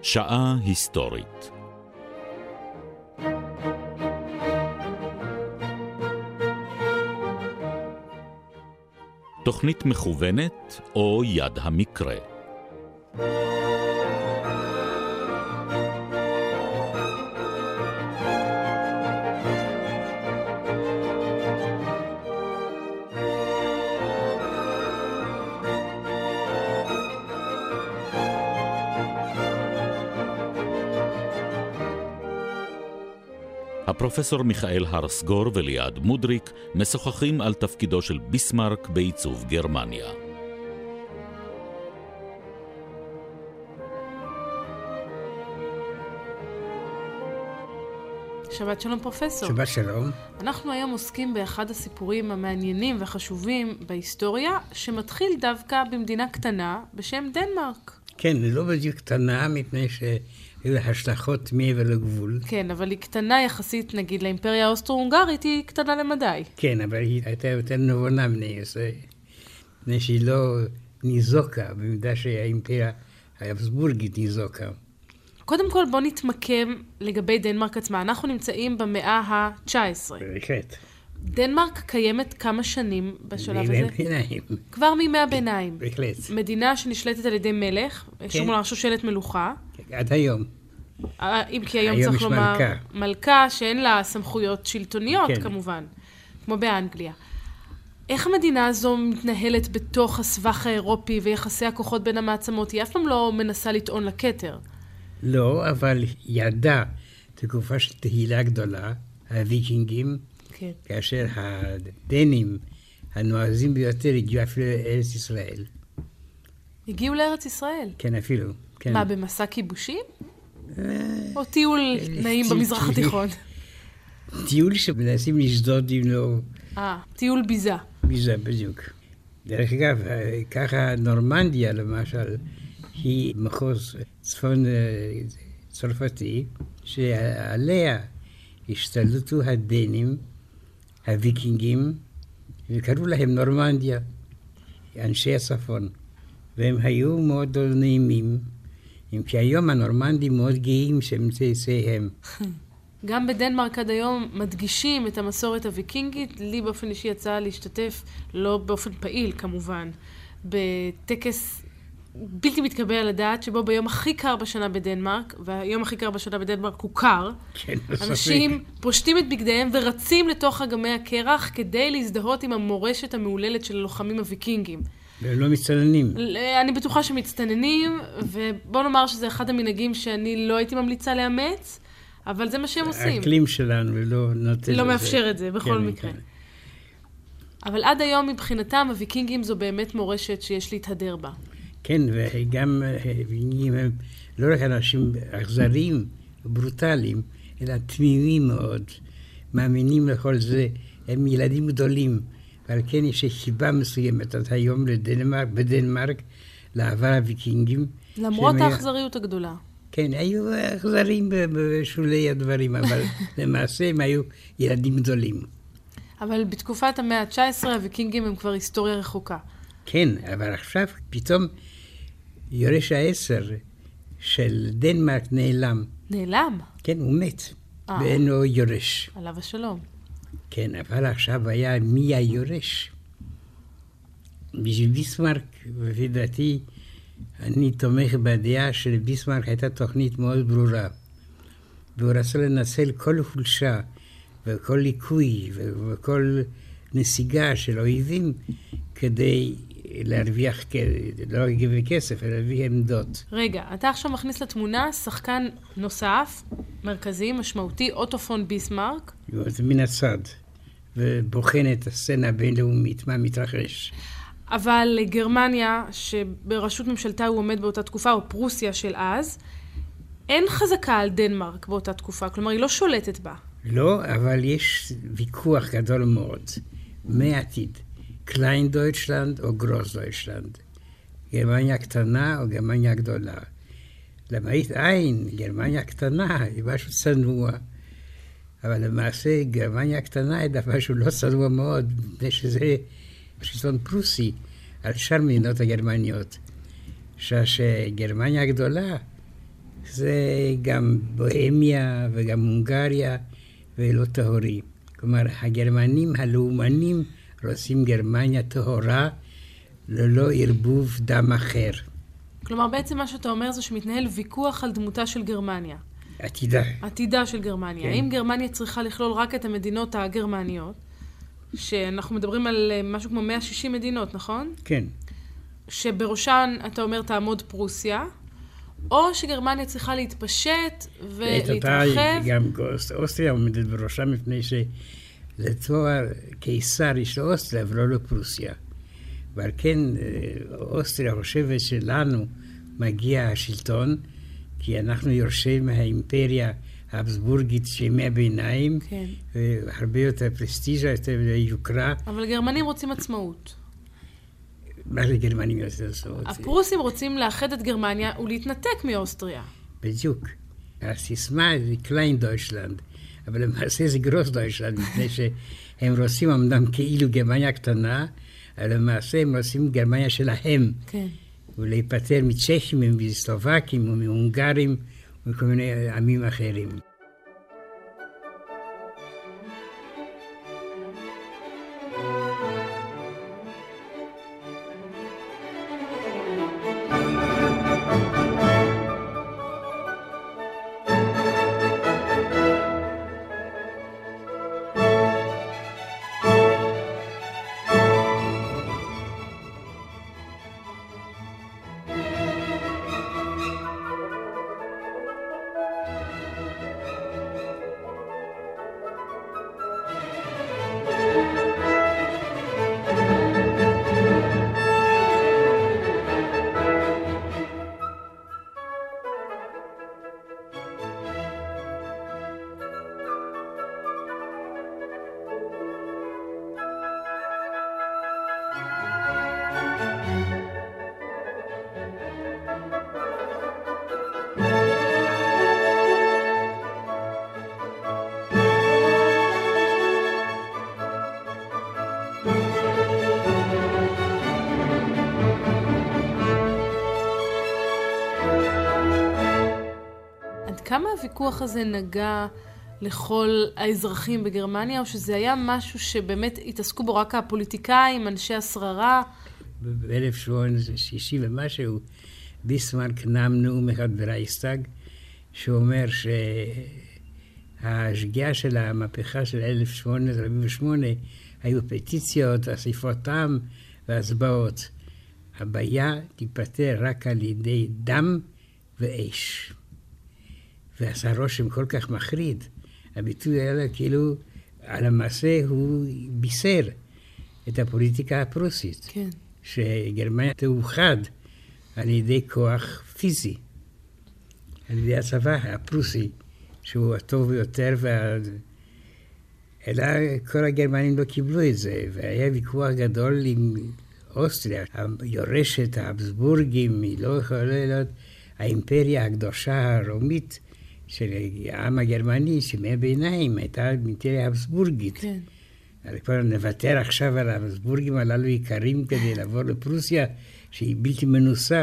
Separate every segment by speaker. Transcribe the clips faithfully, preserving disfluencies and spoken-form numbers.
Speaker 1: שעה היסטורית. תוכנית מכוונת או יד המקרה. הפרופסור מיכאל הרסגור וליעד מודריק משוחחים על תפקידו של ביסמרק בעיצוב גרמניה.
Speaker 2: שבת שלום פרופסור.
Speaker 3: שבת שלום.
Speaker 2: אנחנו היום עוסקים באחד הסיפורים המעניינים והחשובים בהיסטוריה, שמתחיל דווקא במדינה קטנה בשם דנמרק.
Speaker 3: כן, לא בדיוק קטנה, מפני ש... היו השלכות מעבר לגבול.
Speaker 2: כן, אבל היא קטנה יחסית, נגיד, לאימפריה האוסטרו-הונגרית, היא קטנה למדי.
Speaker 3: כן, אבל היא הייתה יותר נבונה מני, מפני שהיא לא ניזוקה, במידה שהאימפריה האבסבורגית ניזוקה.
Speaker 2: קודם כל, בוא נתמקם לגבי דנמרק עצמה. אנחנו נמצאים במאה ה-תשע עשרה.
Speaker 3: בהחלט.
Speaker 2: דנמרק קיימת כמה שנים בשלב הזה?
Speaker 3: מימי הביניים.
Speaker 2: כבר מימי הביניים.
Speaker 3: בהחלט.
Speaker 2: מדינה שנשלטת על ידי מלך, שום לה שושלת מלוכה.
Speaker 3: עד היום.
Speaker 2: אם כי היום צריך לומר מלכה שאין לה סמכויות שלטוניות כמובן, כמו באנגליה. איך המדינה הזו מתנהלת בתוך הסבך האירופי ויחסי הכוחות בין המעצמות? היא אף פעם לא מנסה לטעון לכתר.
Speaker 3: לא, אבל ידעה תקופה של תהילה גדולה, הוויקינגים, כן. כאשר הדנים הנועזים ביותר הגיעו אפילו לארץ ישראל.
Speaker 2: הגיעו לארץ ישראל?
Speaker 3: כן, אפילו. כן.
Speaker 2: מה, במסע כיבושים? או טיול נעים במזרח התיכון?
Speaker 3: טיול שמנסים לשדוד אם לא...
Speaker 2: אה, טיול ביזה.
Speaker 3: ביזה, בדיוק. דרך אגב, ככה נורמנדיה למשל, היא מחוז צפון צרפתי, שעליה השתלטו הדנים, הוויקינגים, וקראו להם נורמנדיה, אנשי הצפון. והם היו מאוד נעימים, אם כי היום הנורמנדים מאוד גאים שהם צאצאיהם.
Speaker 2: גם בדנמרק עד היום מדגישים את המסורת הוויקינגית. לי באופן אישי יצא להשתתף, לא באופן פעיל כמובן, בטקס בלתי מתקבל על הדעת, שבו ביום הכי קר בשנה בדנמרק, והיום הכי קר בשנה בדנמרק הוא קר,
Speaker 3: כן,
Speaker 2: אנשים פושטים את בגדיהם ורצים לתוך אגמי הקרח כדי להזדהות עם המורשת המעוללת של הלוחמים הוויקינגים.
Speaker 3: והם לא מצטננים.
Speaker 2: אני בטוחה שמצטננים, ובוא נאמר שזה אחד המנהגים שאני לא הייתי ממליצה לאמץ, אבל זה מה שהם עושים.
Speaker 3: האקלים שלנו לא נותן...
Speaker 2: לא מאפשר את זה, בכל מקרה. אבל עד היום מבחינתם, הוויקינגים זו באמת מורשת שיש להתהדר בה.
Speaker 3: כן, וגם הוויקינגים הם לא רק אנשים אכזריים וברוטליים, אלא תמימים מאוד, מאמינים לכל זה, הם ילדים גדולים. ועל כן יש חיבה מסוימת עד היום לדנמרק, בדנמרק, לעבר הוויקינגים.
Speaker 2: למרות האכזריות הגדולה.
Speaker 3: כן, היו אכזרים בשולי הדברים, אבל למעשה הם היו ילדים גדולים.
Speaker 2: אבל בתקופת המאה ה-תשע עשרה הוויקינגים הם כבר היסטוריה רחוקה.
Speaker 3: כן, אבל עכשיו פתאום יורש העשר של דנמרק נעלם.
Speaker 2: נעלם?
Speaker 3: כן, הוא מת, ואין לו יורש.
Speaker 2: עליו השלום.
Speaker 3: כן, אבל עכשיו היה מי היורש. בשביל ביסמרק, לפי דעתי, אני תומך בדעה של ביסמרק, הייתה תוכנית מאוד ברורה. והוא רצה לנצל כל חולשה וכל ליקוי וכל נסיגה של אויבים כדי להרוויח, לא להרוויח כסף, אלא להרוויח עמדות.
Speaker 2: רגע, אתה עכשיו מכניס לתמונה שחקן נוסף, מרכזי, משמעותי, אוטו פון ביסמרק.
Speaker 3: מן הצד, ובוחן את הסצנה הבינלאומית, מה מתרחש.
Speaker 2: אבל גרמניה, שבראשות ממשלתה הוא עומד באותה תקופה, או פרוסיה של אז, אין חזקה על דנמרק באותה תקופה, כלומר היא לא שולטת בה.
Speaker 3: לא, אבל יש ויכוח גדול מאוד, מעתיד. קליין דויטשלנד או גרוס דויטשלנד. גרמניה קטנה או גרמניה גדולה. למראית עין, גרמניה קטנה היא משהו צנוע. אבל למעשה גרמניה הקטנה היא דבר שהוא לא צנוע מאוד, מפני שזה שלטון פרוסי על שאר מדינות הגרמניות. שגרמניה הגדולה זה גם בוהמיה וגם הונגריה ולא טהורי. כלומר, הגרמנים הלאומנים רוצים גרמניה טהורה ללא ערבוב דם אחר.
Speaker 2: כלומר, בעצם מה שאתה אומר זה שמתנהל ויכוח על דמותה של גרמניה.
Speaker 3: עתידה.
Speaker 2: עתידה של גרמניה. כן. האם גרמניה צריכה לכלול רק את המדינות הגרמניות, שאנחנו מדברים על משהו כמו מאה ושישים מדינות, נכון?
Speaker 3: כן.
Speaker 2: שבראשן, אתה אומר, תעמוד פרוסיה, או שגרמניה צריכה להתפשט ולהתרחב.
Speaker 3: גם אוסטריה עומדת בראשה מפני שזה תואר קיסרי של אוסטריה ולא לפרוסיה. ועל כן אוסטריה חושבת שלנו מגיע השלטון, כי אנחנו יורשים מהאימפריה האבסבורגית שימי הביניים,
Speaker 2: כן.
Speaker 3: והרבה יותר פרסטיג'ה, יותר יוקרה.
Speaker 2: אבל גרמנים רוצים עצמאות.
Speaker 3: מה זה גרמנים רוצים עצמאות?
Speaker 2: הפרוסים רוצים לאחד את גרמניה ולהתנתק מאוסטריה.
Speaker 3: בדיוק. הסיסמה זה קליין דויטשלנד, אבל למעשה זה גרוס דויטשלנד, מפני שהם רוצים אמנם כאילו גרמניה קטנה, אבל למעשה הם רוצים גרמניה שלהם.
Speaker 2: כן.
Speaker 3: ולהיפטר מצ'כים ומסלובקים ומהונגרים וכל מיני עמים אחרים.
Speaker 2: כמה הוויכוח הזה נגע לכל האזרחים בגרמניה, או שזה היה משהו שבאמת התעסקו בו רק הפוליטיקאים, אנשי השררה?
Speaker 3: ב-אלף שמונה מאות שישים ומשהו, ביסמרק נאם נאום אחד ברייכסטאג, שאומר שהשגיאה של המהפכה של אלף שמונה מאות ארבעים ושמונה היו פטיציות, אספות עם והצבעות. הבעיה תיפטר רק על ידי דם ואש. ועשה רושם כל כך מחריד. הביטוי היה לה כאילו, על המעשה הוא בישר את הפוליטיקה הפרוסית.
Speaker 2: כן.
Speaker 3: שגרמניה תאוחד על ידי כוח פיזי. על ידי הצבא הפרוסי, שהוא הטוב ביותר, וה... אלא כל הגרמנים לא קיבלו את זה, והיה ויכוח גדול עם אוסטריה. היורשת האבסבורגים, היא לא יכולה להיות האימפריה הקדושה הרומית, של העם הגרמני, שמי הביניים, הייתה אימפריה האבסבורגית.
Speaker 2: כן.
Speaker 3: כבר נוותר עכשיו על האבסבורגים הללו עיקרים כדי לעבור לפרוסיה, שהיא בלתי מנוסה.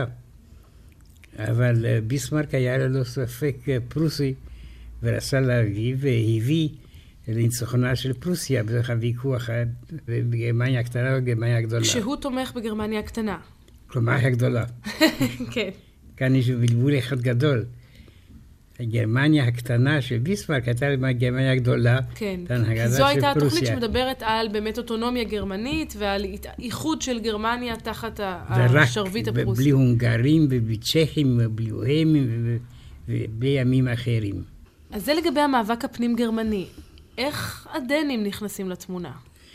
Speaker 3: אבל ביסמרק היה ללא ספק פרוסי, ורצה להביא והביא לניצחונה של פרוסיה, בדרך הוויכוח בגרמניה הקטנה ובגרמניה הגדולה.
Speaker 2: כשהוא תומך בגרמניה הקטנה.
Speaker 3: כלומר הגדולה.
Speaker 2: כן.
Speaker 3: כאן יש בלבול אחד גדול. הגרמניה הקטנה של ביסמרק הייתה גרמניה הגדולה.
Speaker 2: כן. זו הייתה התוכנית שמדברת על באמת אוטונומיה גרמנית ועל איחוד של גרמניה תחת השרביט הפרוסי.
Speaker 3: ובלי הונגרים ובלי צ'כים ובלי בוהמים ובלי עמים אחרים.
Speaker 2: אז זה לגבי המאבק הפנים גרמני. איך הדנים נכנסים לתמונה?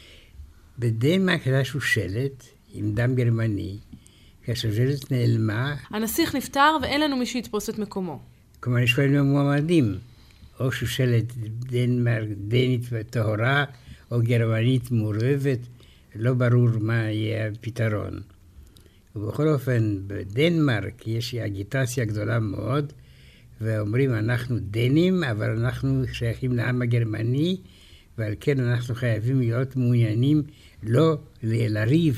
Speaker 3: בדנמרק היה שושלת עם דם גרמני. כשהשושלת נעלמה.
Speaker 2: הנסיך נפטר ואין לנו מי שיתפוס את מקומו.
Speaker 3: כלומר, יש לנו מועמדים, או שושלת דנמרק, דנית וטהורה, או גרמנית מעורבת, לא ברור מה יהיה הפתרון. ובכל אופן, בדנמרק יש אגיטציה גדולה מאוד, ואומרים, אנחנו דנים, אבל אנחנו שייכים לעם הגרמני, ועל כן אנחנו חייבים להיות מעוניינים לא לריב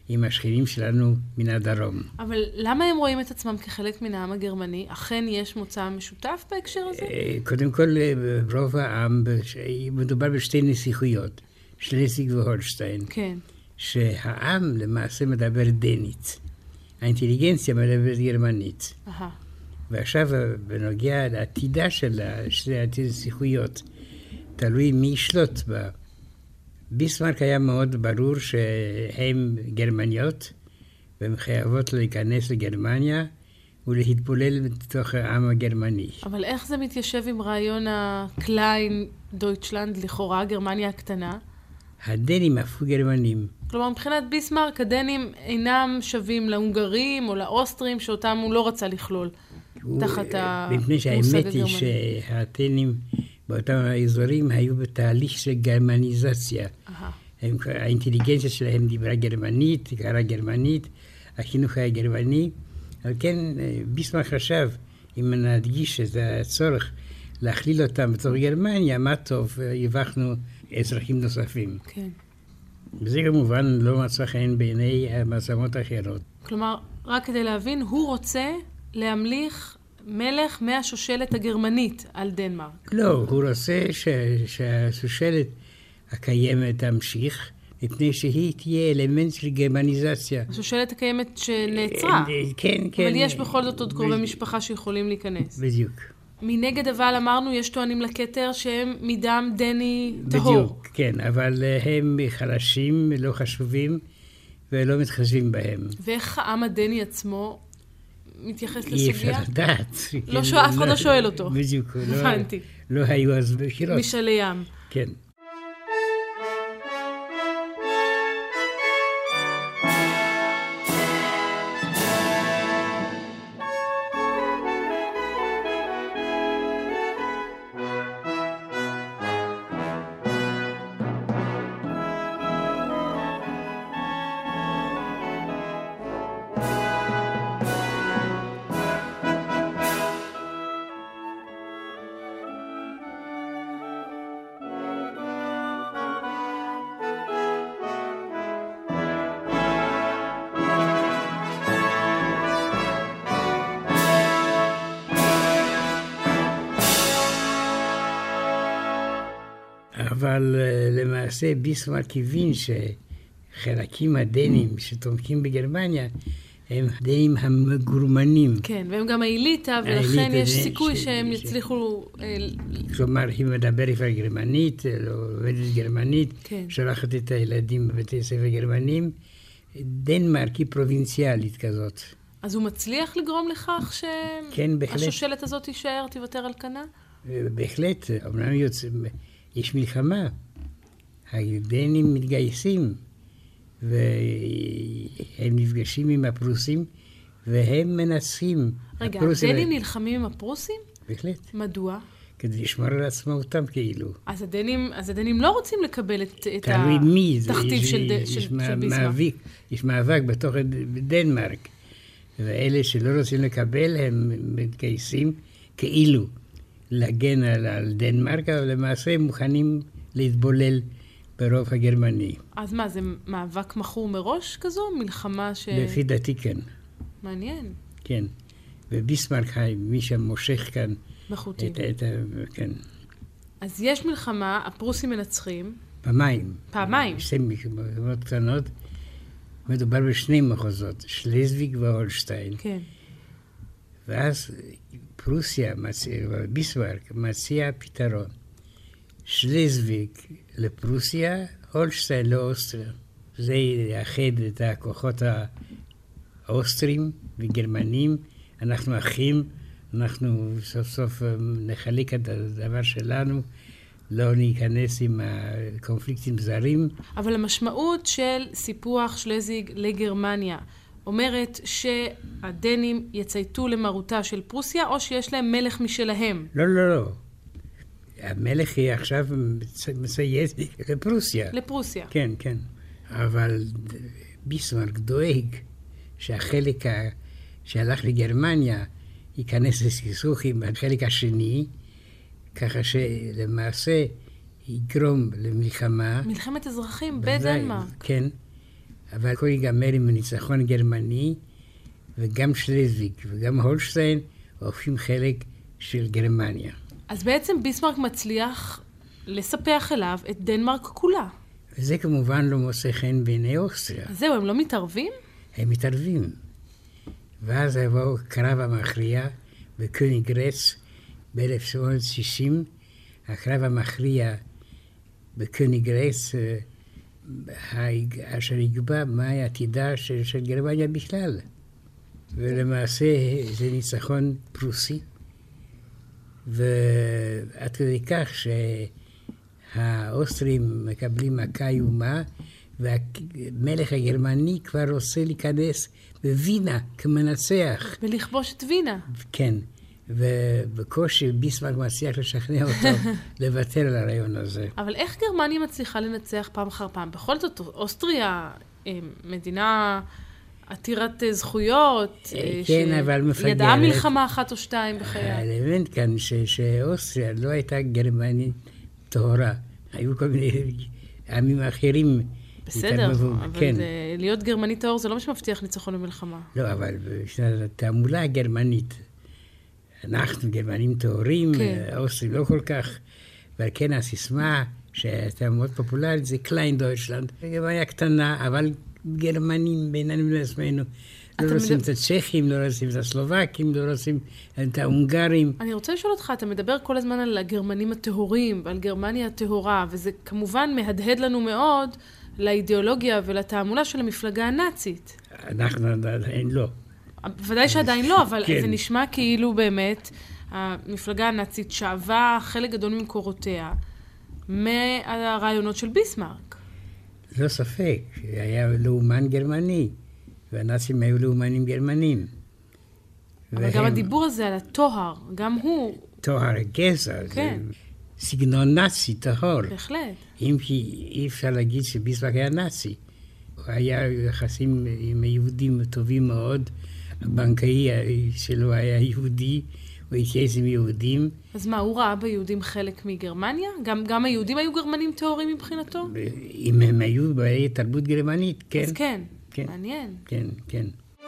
Speaker 3: עם השכנים שלנו מן הדרום.
Speaker 2: אבל למה הם רואים את עצמם כחלק מן העם הגרמני? אכן יש מוצא משותף בהקשר הזה?
Speaker 3: קודם כל, רוב העם, מדובר בשתי נסיכויות, שלזיג והולשטיין.
Speaker 2: כן.
Speaker 3: שהעם למעשה מדבר דנית. האינטליגנציה מדברת גרמנית.
Speaker 2: אהה.
Speaker 3: ועכשיו, בנוגע לעתידה של שתי הנסיכויות, תלוי מי ישלוט בה. ביסמרק היה מאוד ברור שהן גרמניות, והן חייבות להיכנס לגרמניה ולהתבולל בתוך העם הגרמני.
Speaker 2: אבל איך זה מתיישב עם רעיון הקליין דויטשלנד, לכאורה גרמניה הקטנה?
Speaker 3: הדנים הפכו גרמנים.
Speaker 2: כלומר, מבחינת ביסמרק, הדנים אינם שווים להונגרים או לאוסטרים, שאותם הוא לא רצה לכלול תחת המושג הגרמני.
Speaker 3: מפני שהאמת היא שהדנים באותם האזורים היו בתהליך של גרמניזציה. הם, האינטליגנציה שלהם דיברה גרמנית, קראה גרמנית, החינוך היה גרמני. אבל כן, ביסמרק חשב, אם נדגיש את הצורך להכליל אותם בתוך גרמניה, מה טוב, הבחנו אזרחים נוספים.
Speaker 2: כן.
Speaker 3: וזה כמובן לא מצא חן בעיני המעצמות האחרות.
Speaker 2: כלומר, רק כדי להבין, הוא רוצה להמליך מלך מהשושלת הגרמנית על דנמרק.
Speaker 3: לא, הוא רוצה ש... שהשושלת הקיימת תמשיך, מפני שהיא תהיה אלמנט של גרמניזציה.
Speaker 2: השושלת הקיימת שנעצרה.
Speaker 3: כן, כן.
Speaker 2: אבל יש בכל זאת עוד קרובי משפחה שיכולים להיכנס.
Speaker 3: בדיוק.
Speaker 2: מנגד אבל אמרנו, יש טוענים לכתר שהם מדם דני טהור.
Speaker 3: בדיוק, כן, אבל הם חלשים, לא חשובים, ולא מתחשבים בהם.
Speaker 2: ואיך העם הדני עצמו מתייחס
Speaker 3: אי
Speaker 2: לסוגיה?
Speaker 3: אפשר לדעת.
Speaker 2: לא שואל, אף אחד לא שואל אותו.
Speaker 3: בדיוק,
Speaker 2: הבנתי.
Speaker 3: לא היו אז בחירות.
Speaker 2: משאלי ים.
Speaker 3: כן. אבל למעשה ביסמרק הבין שחלקים הדנים שתומכים בגרמניה הם דנים המגורמנים.
Speaker 2: כן, והם גם האליטה, ולכן יש סיכוי שהם יצליחו...
Speaker 3: כלומר, היא מדברת כבר גרמנית, לא עובדת גרמנית, שולחת את הילדים בבתי ספר גרמנים. דנמרק היא פרובינציאלית כזאת.
Speaker 2: אז הוא מצליח לגרום לכך שהשושלת הזאת תישאר, תיוותר על כנה?
Speaker 3: בהחלט, אמנם יוצאים... יש מלחמה, הדנים מתגייסים, והם נפגשים עם הפרוסים, והם מנסים.
Speaker 2: רגע, הדנים נלחמים עם הפרוסים?
Speaker 3: בהחלט.
Speaker 2: מדוע?
Speaker 3: כדי לשמור על עצמאותם כאילו.
Speaker 2: אז הדנים, אז הדנים לא רוצים לקבל את, את
Speaker 3: התכתיב
Speaker 2: של, של, של ביסמרק.
Speaker 3: יש מאבק בתוך דנמרק, ואלה שלא רוצים לקבל הם מתגייסים כאילו. להגן על, על דנמרק, אבל למעשה הם מוכנים להתבולל ברוב הגרמני.
Speaker 2: אז מה, זה מאבק מכור מראש כזו? מלחמה ש...
Speaker 3: לפי דעתי כן.
Speaker 2: מעניין.
Speaker 3: כן. וביסמרק, מי שמושך כאן...
Speaker 2: בחוטים.
Speaker 3: את, את, כן.
Speaker 2: אז יש מלחמה, הפרוסים מנצחים.
Speaker 3: פעמיים.
Speaker 2: פעמיים.
Speaker 3: שתי מלחמות קטנות. מדובר בשני מחוזות, שלזוויג והולשטיין.
Speaker 2: כן.
Speaker 3: ואז... פרוסיה, ביסמרק, מציע פתרון. שלזוויג לפרוסיה, הולשטיין לאוסטריה. זה יאחד את הכוחות האוסטרים וגרמנים. אנחנו אחים, אנחנו סוף סוף נחלק את הדבר שלנו, לא ניכנס עם הקונפליקטים זרים.
Speaker 2: אבל המשמעות של סיפוח שלזיג לגרמניה, אומרת שהדנים יצייתו למרותה של פרוסיה, או שיש להם מלך משלהם?
Speaker 3: לא, לא, לא. המלך היא עכשיו מצייית לפרוסיה.
Speaker 2: לפרוסיה.
Speaker 3: כן, כן. אבל ביסמרק דואג שהחלק שהלך לגרמניה ייכנס לסכסוך עם החלק השני, ככה שלמעשה יגרום למלחמה.
Speaker 2: מלחמת אזרחים בדנמרק.
Speaker 3: כן. אבל הכל ייגמר עם ניצחון גרמני, וגם שלזוויג וגם הולשטיין הופכים חלק של גרמניה.
Speaker 2: אז בעצם ביסמרק מצליח לספח אליו את דנמרק כולה.
Speaker 3: וזה כמובן לא מוצא חן בעיני אוסטריה.
Speaker 2: אז זהו, הם לא מתערבים?
Speaker 3: הם מתערבים. ואז יבואו קרב המכריע בקוניגרץ ב-אלף שבע מאות שישים. הקרב המכריע בקוניגרץ, אשר יקבע מה עתידה של, של גרמניה בכלל. ולמעשה זה ניצחון פרוסי. ועד כדי כך שהאוסטרים מקבלים מכה איומה, והמלך הגרמני כבר רוצה להיכנס בווינה כמנצח.
Speaker 2: ולכבוש את וינה.
Speaker 3: כן, ובקושי ביסמרק מצליח לשכנע אותו לוותר על הרעיון הזה.
Speaker 2: אבל איך גרמניה מצליחה לנצח פעם אחר פעם? בכל זאת, אוסטריה, מדינה עתירת זכויות,
Speaker 3: כן, אבל מפגרת.
Speaker 2: ידעה מלחמה אחת או שתיים בחיי.
Speaker 3: האלמנט כאן שאוסטריה לא הייתה גרמנית טהורה. היו כל מיני עמים אחרים.
Speaker 2: בסדר, אבל כן. זה, להיות גרמנית טהור זה לא שמבטיח ניצחון במלחמה.
Speaker 3: לא, אבל בשביל התעמולה הגרמנית, אנחנו גרמנים טהורים, כן. האוסטרים לא כל כך, ועל כן הסיסמה שהייתה מאוד פופולרית זה קליין דויטשלנד. גרמניה קטנה, אבל גרמנים בינינו לעצמנו. לא רוצים מדבר... את הצ'כים, לא רוצים את הסלובקים, לא רוצים את ההונגרים.
Speaker 2: אני רוצה לשאול אותך, אתה מדבר כל הזמן על הגרמנים הטהורים ועל גרמניה הטהורה, וזה כמובן מהדהד לנו מאוד לאידיאולוגיה ולתעמולה של המפלגה הנאצית.
Speaker 3: אנחנו עדיין לא.
Speaker 2: ודאי שעדיין לא, אבל כן. זה נשמע כאילו באמת המפלגה הנאצית שאבה חלק גדול ממקורותיה מהרעיונות של ביסמרק.
Speaker 3: לא ספק, היה לאומן גרמני. והנאצים היו לאומנים גרמנים.
Speaker 2: אבל והם... גם הדיבור הזה על הטוהר, גם הוא...
Speaker 3: טוהר הגזע, כן. זה סגנון נאצי, טהור.
Speaker 2: בהחלט.
Speaker 3: אם כי אי אפשר להגיד שביסמרק היה נאצי. הוא היה יחסים עם היהודים טובים מאוד. הבנקאי שלו היה יהודי, הוא התייעץ עם יהודים.
Speaker 2: אז מה, הוא ראה ביהודים חלק מגרמניה? גם, גם היהודים היו גרמנים טהורים מבחינתו?
Speaker 3: אם הם היו בעלי תרבות גרמנית, כן.
Speaker 2: אז כן.
Speaker 3: כן.
Speaker 2: מעניין.
Speaker 3: כן, כן.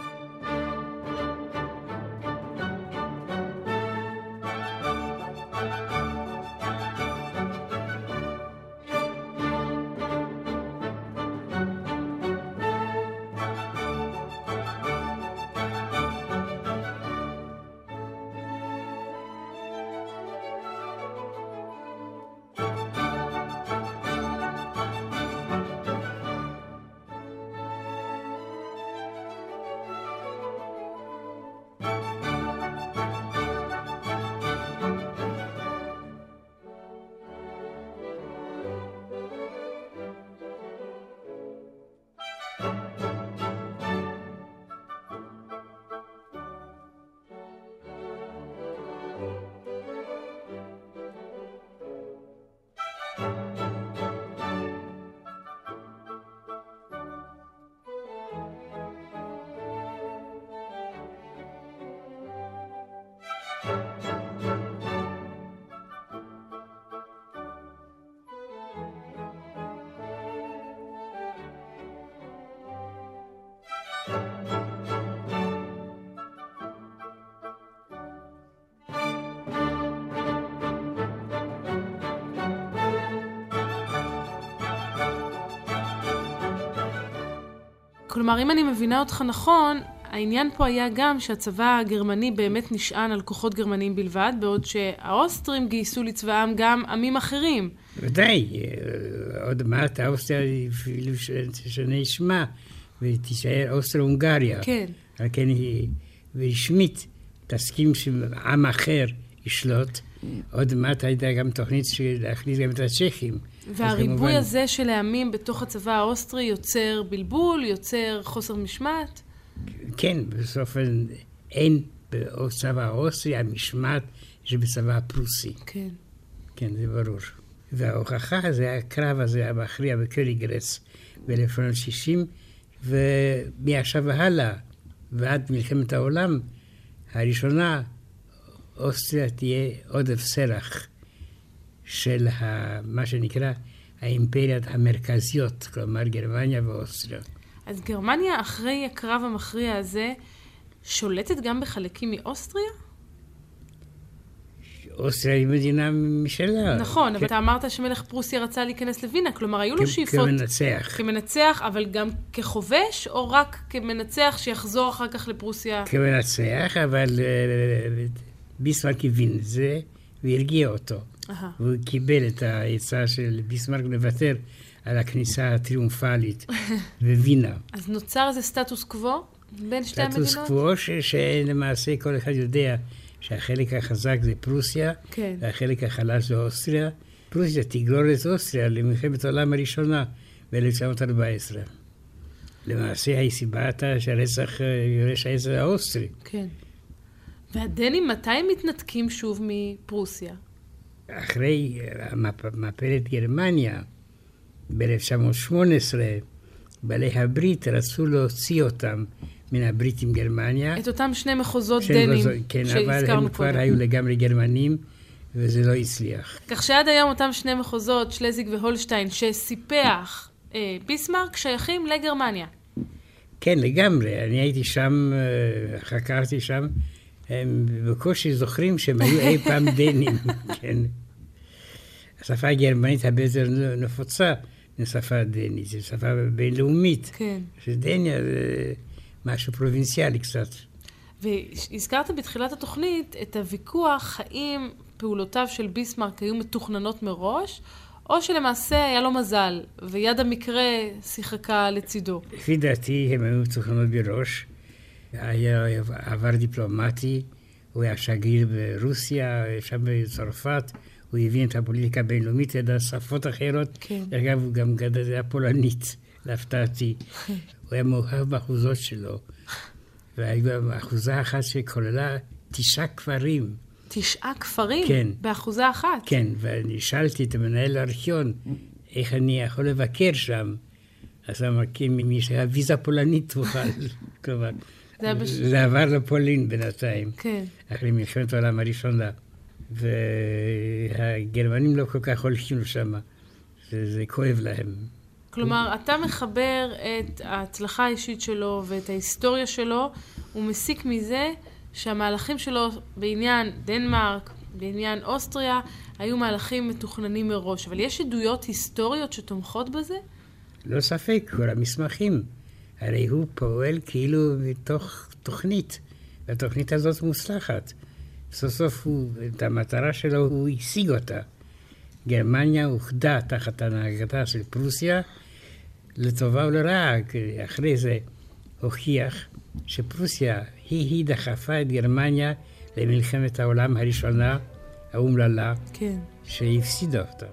Speaker 2: כלומר, אם אני מבינה אותך נכון, העניין פה היה גם שהצבא הגרמני באמת נשען על כוחות גרמניים בלבד, בעוד שהאוסטרים גייסו לצבאם גם עמים אחרים.
Speaker 3: ודאי, עוד מעט האוסטריה אפילו שנשמע, ותישאר אוסטרו-הונגריה.
Speaker 2: כן.
Speaker 3: על כן היא רשמית תסכים שעם אחר ישלוט. עוד מעט הייתה גם תוכנית להכניס גם את הצ'כים.
Speaker 2: והריבוי כמובן... הזה של העמים בתוך הצבא האוסטרי יוצר בלבול, יוצר חוסר משמעת?
Speaker 3: כן, בסוף אין בצבא האוסטרי המשמעת שבצבא הפרוסי.
Speaker 2: כן.
Speaker 3: כן, זה ברור. וההוכחה זה הקרב הזה המכריע בקוניגרץ ב-אלף תשע מאות שישים, ומעכשיו והלאה, ועד מלחמת העולם הראשונה, אוסטריה תהיה עודף סרח של ה, מה שנקרא האימפריות המרכזיות, כלומר גרמניה ואוסטריה.
Speaker 2: אז גרמניה, אחרי הקרב המכריע הזה, שולטת גם בחלקים מאוסטריה?
Speaker 3: אוסטריה היא מדינה משלה.
Speaker 2: נכון,
Speaker 3: כ...
Speaker 2: אבל אתה אמרת שמלך פרוסיה רצה להיכנס לווינה, כלומר, היו לו
Speaker 3: כ...
Speaker 2: שאיפות...
Speaker 3: כמנצח.
Speaker 2: כמנצח, אבל גם כחובש, או רק כמנצח שיחזור אחר כך לפרוסיה?
Speaker 3: כמנצח, אבל ביסמרק הבין את זה, והרגיע אותו.
Speaker 2: Aha.
Speaker 3: והוא קיבל את העצה של ביסמרק לוותר על הכניסה הטריומפלית בווינה.
Speaker 2: אז נוצר איזה סטטוס קוו בין שתי המדינות?
Speaker 3: סטטוס קוו ש... שלמעשה כל אחד יודע שהחלק החזק זה פרוסיה,
Speaker 2: כן.
Speaker 3: והחלק החלש זה אוסטריה. פרוסיה תגרור את אוסטריה למלחמת העולם הראשונה ב-אלף תשע מאות וארבע עשרה. למעשה היא סיבת שהרצח יורש העצר האוסטרי.
Speaker 2: כן. והדנים מתי מתנתקים שוב מפרוסיה?
Speaker 3: אחרי מפלת גרמניה, ב-אלף תשע מאות שמונה עשרה, בעלי הברית רצו להוציא אותם מן הברית עם גרמניה.
Speaker 2: את אותם שני מחוזות דנים
Speaker 3: מחוזות, כן,
Speaker 2: שהזכרנו
Speaker 3: אבל הם כבר
Speaker 2: קודם.
Speaker 3: היו לגמרי גרמנים, וזה לא הצליח.
Speaker 2: כך שעד היום אותם שני מחוזות, שלזיג והולשטיין, שסיפח אה, ביסמרק, שייכים לגרמניה.
Speaker 3: כן, לגמרי. אני הייתי שם, חקרתי שם, הם בקושי זוכרים שהם היו אי פעם דנים. כן. השפה הגרמנית הרבה יותר נפוצה משפה הדנית, זו שפה בינלאומית.
Speaker 2: כן.
Speaker 3: שדניה זה משהו פרובינציאלי קצת.
Speaker 2: והזכרת בתחילת התוכנית את הוויכוח האם פעולותיו של ביסמרק היו מתוכננות מראש, או שלמעשה היה לו מזל, ויד המקרה שיחקה לצידו.
Speaker 3: לפי דעתי הם היו מתוכננות בראש. היה עבר דיפלומטי, הוא היה שגריר ברוסיה, שם בצרפת, הוא הבין את הפוליטיקה הבינלאומית, ידע שפות אחרות.
Speaker 2: כן.
Speaker 3: אגב, הוא גם גדל פולנית, להפתעתי. הוא היה מאוהב באחוזות שלו. והייתה אחוזה אחת שכוללה תשעה כפרים.
Speaker 2: תשעה כפרים?
Speaker 3: כן.
Speaker 2: באחוזה אחת?
Speaker 3: כן, ואני שאלתי את המנהל הארכיון, איך אני יכול לבקר שם. אז אמרתי, מי שהיה ויזה פולנית תוכל. כלומר,
Speaker 2: זה, בש...
Speaker 3: זה עבר לפולין בינתיים.
Speaker 2: כן.
Speaker 3: אחרי מלחמת העולם הראשונה. והגרמנים לא כל כך הולכים לשם. זה, זה כואב להם.
Speaker 2: כלומר, אתה מחבר את ההצלחה האישית שלו ואת ההיסטוריה שלו, ומסיק מזה שהמהלכים שלו בעניין דנמרק, בעניין אוסטריה, היו מהלכים מתוכננים מראש. אבל יש עדויות היסטוריות שתומכות בזה? לא
Speaker 3: ספק, כל המסמכים. הרי הוא פועל כאילו מתוך תוכנית, והתוכנית הזאת מוצלחת. סוף סוף הוא, את המטרה שלו הוא השיג אותה. גרמניה הוחדה תחת הנהגתה של פרוסיה, לטובה ולרעה. אחרי זה הוכיח שפרוסיה היא-היא דחפה את גרמניה למלחמת העולם הראשונה, האומללה,
Speaker 2: כן.
Speaker 3: שהפסידה אותה.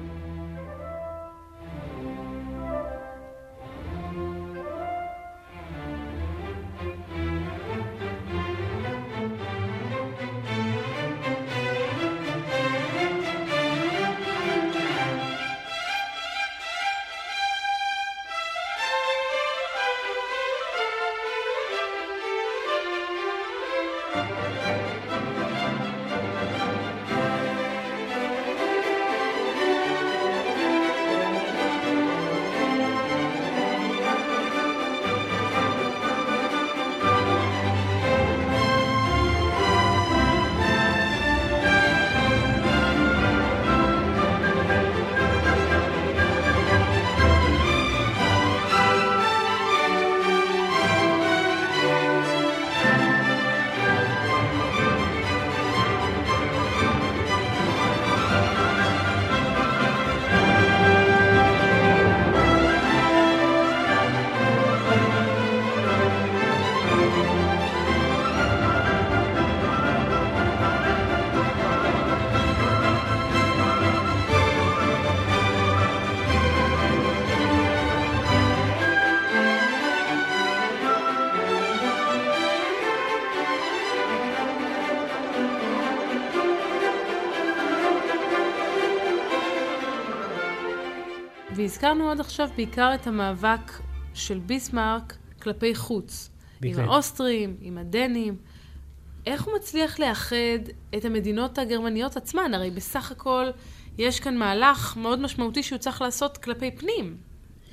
Speaker 2: והזכרנו עוד עכשיו בעיקר את המאבק של ביסמרק כלפי חוץ. בכלל. עם האוסטרים, עם הדנים. איך הוא מצליח לאחד את המדינות הגרמניות עצמן? הרי בסך הכל יש כאן מהלך מאוד משמעותי שהוא צריך לעשות כלפי פנים.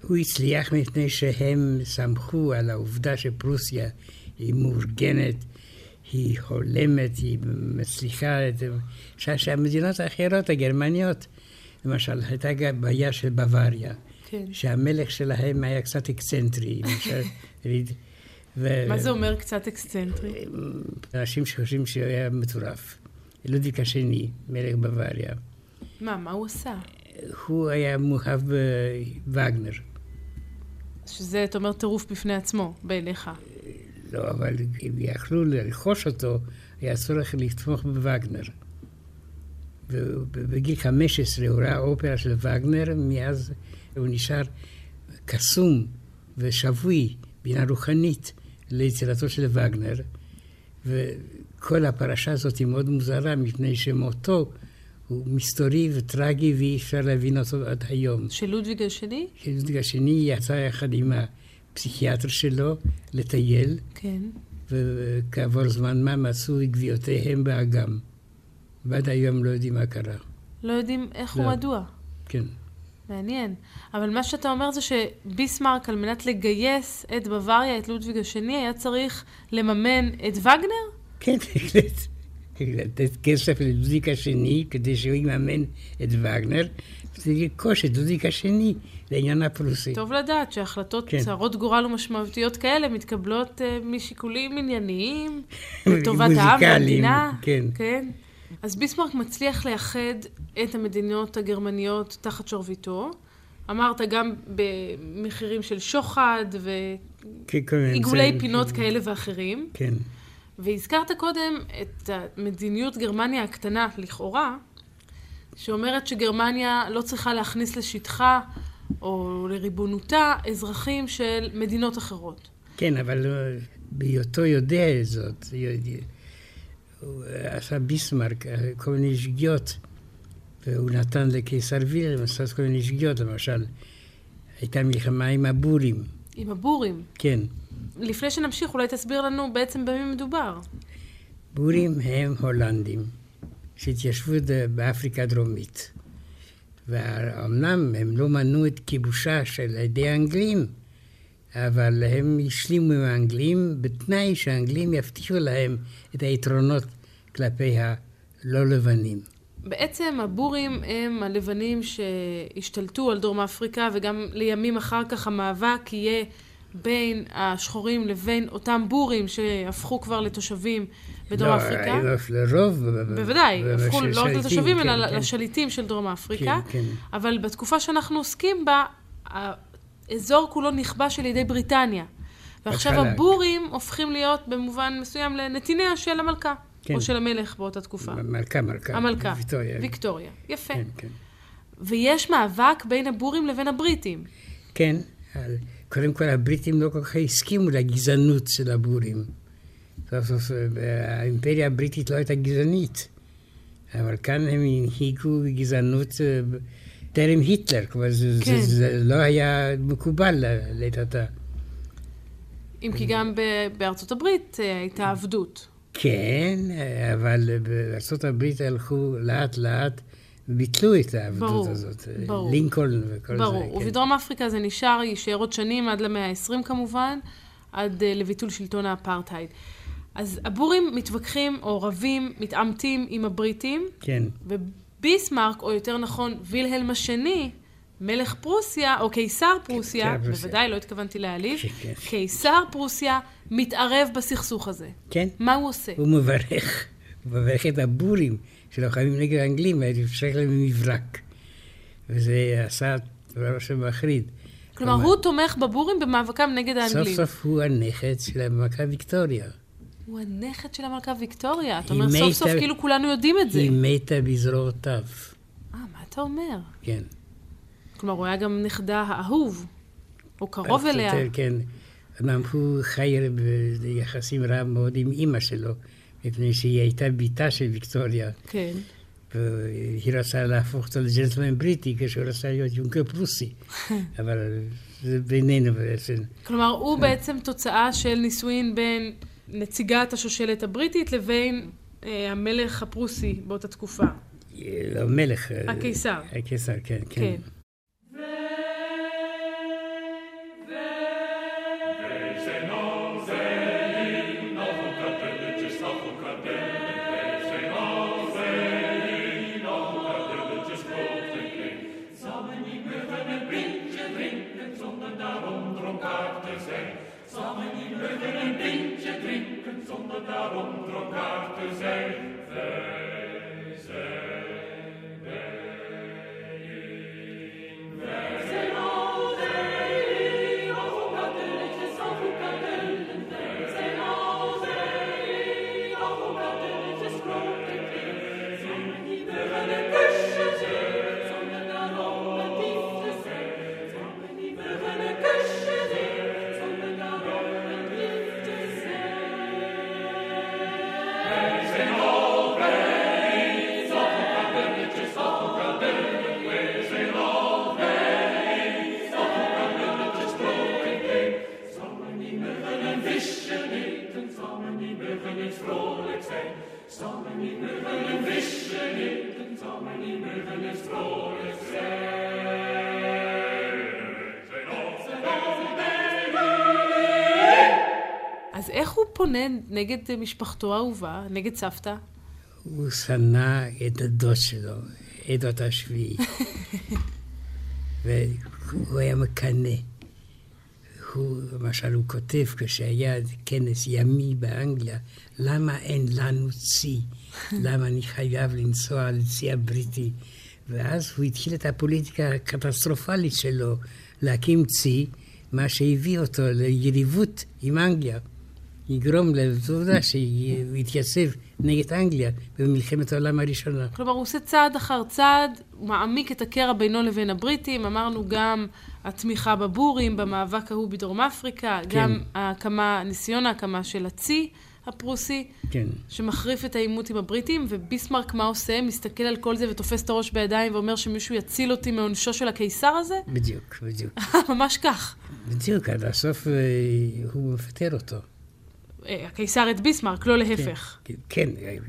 Speaker 3: הוא הצליח מפני שהם סמכו על העובדה שפרוסיה היא מאורגנת, היא הולמת, היא מצליחה, שהמדינות האחרות, הגרמניות, למשל, הייתה גם בעיה של בוואריה, כן. שהמלך שלהם היה קצת אקסצנטרי.
Speaker 2: ו... מה זה אומר קצת אקסצנטרי?
Speaker 3: אנשים שחושבים שהוא היה מטורף. לודוויג השני, מלך בוואריה.
Speaker 2: מה, מה הוא עשה?
Speaker 3: הוא היה מאוהב בווגנר.
Speaker 2: שזה, אתה אומר, טירוף בפני עצמו, בעיניך.
Speaker 3: לא, אבל אם יכלו לרכוש אותו, היה צורך לתמוך בווגנר. ובגיל חמש עשרה הוא ראה אופרה של ווגנר, מאז הוא נשאר קסום ושבוי, בינה רוחנית, ליצירתו של ווגנר. וכל הפרשה הזאת היא מאוד מוזרה, מפני שמותו הוא מסתורי וטרגי, ואי אפשר להבין אותו עד היום.
Speaker 2: של לודוויג השני?
Speaker 3: של לודוויג השני יצא יחד עם הפסיכיאטר שלו לטייל,
Speaker 2: כן.
Speaker 3: וכעבור זמן מה מצאו גוויותיהם באגם. ועד היום לא יודעים מה קרה.
Speaker 2: לא יודעים איך לא. ומדוע.
Speaker 3: כן.
Speaker 2: מעניין. אבל מה שאתה אומר זה שביסמרק, על מנת לגייס את בוואריה, את לודוויג השני, היה צריך לממן את וגנר?
Speaker 3: כן, בהחלט. לתת כסף ללודוויג השני, כדי שהוא יממן את וגנר, ולרכוש את לודוויג השני לעניין הפרוסי.
Speaker 2: טוב לדעת שהחלטות כן. צערות גורל ומשמעותיות כאלה מתקבלות uh, משיקולים ענייניים, לטובת העם והמדינה.
Speaker 3: כן.
Speaker 2: כן. אז ביסמרק מצליח לאחד את המדינות הגרמניות תחת שרביטו. אמרת גם במחירים של שוחד ועיגולי פינות כן. כאלה ואחרים.
Speaker 3: כן.
Speaker 2: והזכרת קודם את מדיניות גרמניה הקטנה, לכאורה, שאומרת שגרמניה לא צריכה להכניס לשטחה או לריבונותה אזרחים של מדינות אחרות.
Speaker 3: כן, אבל בהיותו יודע זאת. הוא עשה ביסמרק כל מיני שגיאות, והוא נתן לקיסר וילהלם לעשות כל מיני שגיאות. למשל, הייתה מלחמה עם הבורים.
Speaker 2: עם הבורים?
Speaker 3: כן.
Speaker 2: לפני שנמשיך, אולי תסביר לנו בעצם במי מדובר.
Speaker 3: בורים הם הולנדים, שהתיישבו באפריקה הדרומית. ואומנם הם לא מנעו את כיבושה של ידי האנגלים, אבל הם השלימו עם האנגלים בתנאי שהאנגלים יבטיחו להם את היתרונות כלפי הלא לבנים.
Speaker 2: בעצם הבורים הם הלבנים שהשתלטו על דרום אפריקה, וגם לימים אחר כך המאבק יהיה בין השחורים לבין אותם בורים שהפכו כבר לתושבים בדרום
Speaker 3: לא,
Speaker 2: אפריקה.
Speaker 3: לא, לרוב.
Speaker 2: בוודאי, הפכו לא רק לתושבים, כן, אלא כן. לשליטים של דרום אפריקה.
Speaker 3: כן, כן.
Speaker 2: אבל בתקופה שאנחנו עוסקים בה, האזור כולו נכבש על ידי בריטניה. ועכשיו החלק. הבורים הופכים להיות במובן מסוים לנתיניה של המלכה. כן. או של המלך באותה תקופה.
Speaker 3: מלכה, מלכה.
Speaker 2: המלכה.
Speaker 3: ויקטוריה.
Speaker 2: ויקטוריה. יפה.
Speaker 3: כן, כן.
Speaker 2: ויש מאבק בין הבורים לבין הבריטים.
Speaker 3: כן. קודם כל, הבריטים לא כל כך הסכימו לגזענות של הבורים. סוף סוף, האימפריה הבריטית לא הייתה גזענית. אבל כאן הם הנהיגו גזענות טרם היטלר. כלומר, זה, כן. זה, זה לא היה מקובל לטעתה.
Speaker 2: אם כי גם בארצות הברית הייתה עבדות.
Speaker 3: כן, אבל בארצות הברית הלכו לאט לאט וביטלו את העבדות ברור, הזאת.
Speaker 2: ברור.
Speaker 3: לינקולן וכל
Speaker 2: ברור.
Speaker 3: זה.
Speaker 2: ברור, ובדרום כן. אפריקה זה נשאר, יישאר עוד שנים עד למאה ה-עשרים כמובן, עד uh, לביטול שלטון האפרטהייד. אז הבורים מתווכחים או רבים, מתעמתים עם הבריטים.
Speaker 3: כן.
Speaker 2: וביסמרק, או יותר נכון וילהלם השני, מלך פרוסיה, או קיסר פרוסיה, בוודאי לא התכוונתי להעליב, קיסר פרוסיה מתערב בסכסוך הזה.
Speaker 3: כן.
Speaker 2: מה הוא עושה?
Speaker 3: הוא מברך, הוא מברך את הבורים שלוחמים נגד האנגלים, והפשק להם מברק. וזה עשה דבר שמחריד.
Speaker 2: כלומר, הוא תומך בבורים במאבקם נגד האנגלים.
Speaker 3: סוף סוף הוא הנכד של המלכה ויקטוריה.
Speaker 2: הוא הנכד של המלכה ויקטוריה. אתה אומר, סוף סוף כאילו כולנו יודעים את זה.
Speaker 3: היא מתה בזרועותיו.
Speaker 2: אה, מה אתה אומר?
Speaker 3: כן.
Speaker 2: כלומר, הוא היה גם נכדה האהוב, או קרוב אליה.
Speaker 3: כן, אמנם הוא חי ביחסים רע מאוד עם אמא שלו, מפני שהיא הייתה ביתה של ויקטוריה.
Speaker 2: כן.
Speaker 3: והיא רצה להפוך אותו לג'נטלמן בריטי, כשהוא רצה להיות יונקר פרוסי. אבל זה בינינו בעצם.
Speaker 2: כלומר, הוא בעצם תוצאה של נישואין בין נציגת השושלת הבריטית לבין אה, המלך הפרוסי באותה תקופה.
Speaker 3: המלך.
Speaker 2: הקיסר.
Speaker 3: הקיסר, כן, כן.
Speaker 2: כן.
Speaker 4: mögen ein Bindchen trinken, sondern darum Trocarte sei, sei, sei, wein, wein. Sei all, sei, auch ungadeliges, auch ungadellen, sei all, sei, auch ungadeliges Brot, sondern die mögen ein Küche sei, sondern darum ein Gifte sei, sondern die mögen ein Küche sei, sondern darum ein Gifte sei. Sei all, sei, auch ungadeliges, auch ungadellen, sei all, sei, auch ungadeliges Brot, sondern die mögen ein Wischen eten, sondern die mögen ein frohlich sein, sondern die mögen ein Wischen eten, sondern die mögen ein frohlich sein. Sei all, sei all,
Speaker 2: אז איך הוא פונה נגד משפחתו האהובה, נגד סבתא?
Speaker 3: הוא שנא את הדוד שלו, עדות השביעי. והוא היה מקנא. הוא, למשל, הוא כותב כשהיה כנס ימי באנגליה, למה אין לנו צי? למה אני חייב לנסוע לצי הבריטי? ואז הוא התחיל את הפוליטיקה הקטסטרופלית שלו, להקים צי, מה שהביא אותו ליריבות עם אנגליה. יגרום לעובדה שהוא יתייצב נגד אנגליה במלחמת העולם הראשונה.
Speaker 2: כלומר, הוא עושה צעד אחר צעד, הוא מעמיק את הקרע בינו לבין הבריטים, אמרנו גם התמיכה בבורים, במאבק ההוא בדרום אפריקה, כן. גם ההקמה, ניסיון ההקמה של הצי הפרוסי, כן. שמחריף את העימות עם הבריטים, וביסמרק מה עושה? מסתכל על כל זה ותופס את הראש בידיים ואומר שמישהו יציל אותי מעונשו של הקיסר הזה?
Speaker 3: בדיוק, בדיוק.
Speaker 2: ממש כך.
Speaker 3: בדיוק, עד הסוף הוא מפטר אותו.
Speaker 2: הקיסר את ביסמרק, לא להפך.
Speaker 3: כן,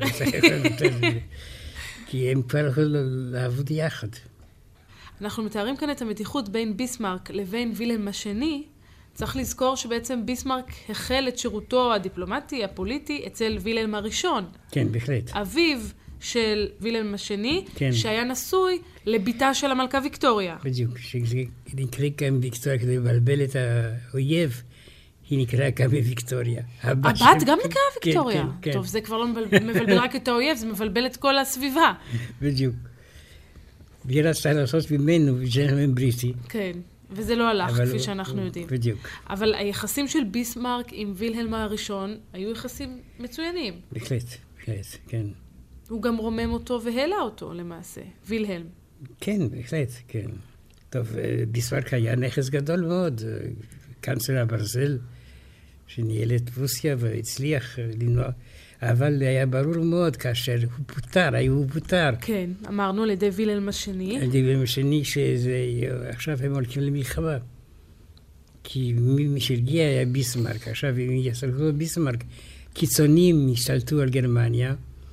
Speaker 3: כי הם כבר יכולים לעבוד יחד.
Speaker 2: אנחנו מתארים כאן את המתיחות בין ביסמרק לבין וילהלם השני. צריך לזכור שבעצם ביסמרק החל את שירותו הדיפלומטי, הפוליטי, אצל וילהלם הראשון.
Speaker 3: כן, בהחלט.
Speaker 2: אביו של וילהלם השני, שהיה נשוי לביתה של המלכה ויקטוריה.
Speaker 3: בדיוק, שזה נקרא כאן ויקטוריה כדי לבלבל את האויב. היא נקראה גם ויקטוריה.
Speaker 2: הבת גם נקראה ויקטוריה? כן, כן. טוב, זה כבר לא מבלבל רק את האויב, זה מבלבל את כל הסביבה.
Speaker 3: בדיוק. והיא רצתה לעשות ממנו ג'נטלמן בריטי.
Speaker 2: כן, וזה לא הלך, כפי שאנחנו יודעים.
Speaker 3: בדיוק.
Speaker 2: אבל היחסים של ביסמרק עם וילהלם הראשון היו יחסים מצוינים.
Speaker 3: בהחלט, בהחלט, כן.
Speaker 2: הוא גם רומם אותו והעלה אותו למעשה, וילהלם. כן,
Speaker 3: בהחלט, כן. טוב, ביסמרק היה נכס גדול מאוד. קאנצלר הברזל, שניהל את רוסיה והצליח למנוע, אבל היה ברור מאוד כאשר הוא פוטר, היה הוא פוטר.
Speaker 2: כן, אמרנו על ידי וילהלם השני.
Speaker 3: על ידי וילהלם השני שעכשיו הם הולכים למלחמה. כי מי שהרגיע היה ביסמרק, עכשיו הם יסלחו ביסמרק, קיצונים השתלטו על גרמניה,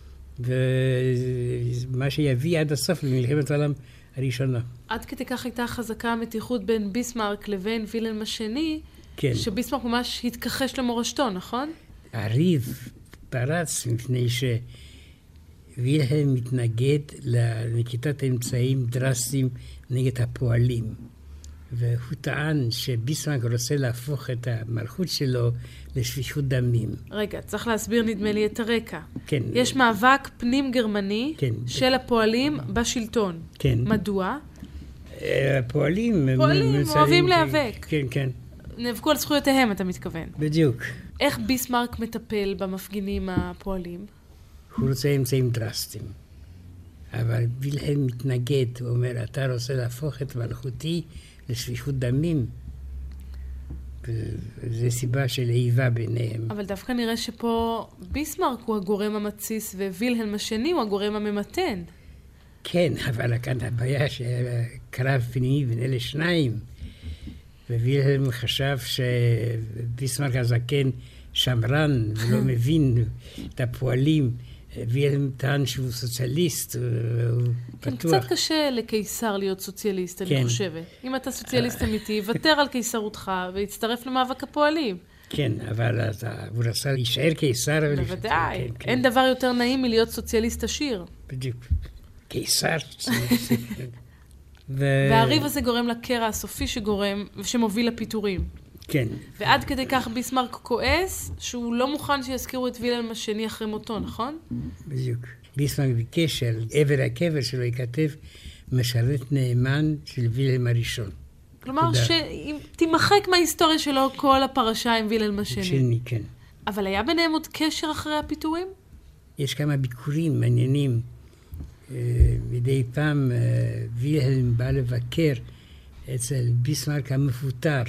Speaker 3: ומה שיביא עד הסוף למלחמת העולם הראשונה.
Speaker 2: עד כדי כך הייתה חזקה המתיחות בין ביסמרק לבין וילהלם השני,
Speaker 3: כן.
Speaker 2: שביסמרק ממש התכחש למורשתו, נכון?
Speaker 3: הריב פרץ מפני שווילהלם מתנגד לנקיטת אמצעים דרסטיים נגד הפועלים. והוא טען שביסמרק רוצה להפוך את המלכות שלו לשפיכות דמים.
Speaker 2: רגע, צריך להסביר נדמה לי את הרקע.
Speaker 3: כן.
Speaker 2: יש מאבק פנים גרמני
Speaker 3: כן.
Speaker 2: של הפועלים בשלטון.
Speaker 3: כן.
Speaker 2: מדוע?
Speaker 3: הפועלים...
Speaker 2: פועלים אוהבים להיאבק.
Speaker 3: כן, כן.
Speaker 2: נאבקו על זכויותיהם, אתה מתכוון.
Speaker 3: בדיוק.
Speaker 2: איך ביסמרק מטפל במפגינים הפועלים?
Speaker 3: הוא רוצה אמצעים דרסטיים. אבל וילהלם מתנגד, הוא אומר, אתה רוצה להפוך את מלכותי לשפיכות דמים. וזו סיבה של איבה ביניהם.
Speaker 2: אבל דווקא נראה שפה ביסמרק הוא הגורם המתסיס, ווילהלם השני הוא הגורם הממתן.
Speaker 3: כן, אבל כאן הבעיה שהיה קרב פנימי בין אלה שניים. ווילהלם חשב שביסמרק הזקן שמרן ולא מבין את הפועלים. וילהלם טען שהוא סוציאליסט, הוא
Speaker 2: כן,
Speaker 3: פתוח.
Speaker 2: קצת קשה לקיסר להיות סוציאליסט, אני כן. חושבת. אם אתה סוציאליסט אמיתי, ותר על קיסרותך והצטרף למאבק הפועלים.
Speaker 3: כן, אבל הוא רצה להישאר קיסר.
Speaker 2: בוודאי.
Speaker 3: כן, כן.
Speaker 2: אין דבר יותר נעים מלהיות סוציאליסט עשיר.
Speaker 3: בדיוק. קיסר.
Speaker 2: ו... והריב הזה גורם לקרע הסופי שגורם, שמוביל לפיטורים.
Speaker 3: כן.
Speaker 2: ועד כדי כך ביסמרק כועס, שהוא לא מוכן שיזכירו את וילהלם השני אחרי מותו, נכון?
Speaker 3: בדיוק. ביסמרק ביקש שעל עבר הקבר שלו ייכתב משרת נאמן של וילהלם הראשון.
Speaker 2: כלומר, שתימחק מההיסטוריה שלו כל הפרשה עם וילהלם השני.
Speaker 3: שני, כן.
Speaker 2: אבל היה ביניהם עוד קשר אחרי הפיטורים?
Speaker 3: יש כמה ביקורים מעניינים. מדי פעם וילהלם בא לבקר אצל ביסמרק המפוטר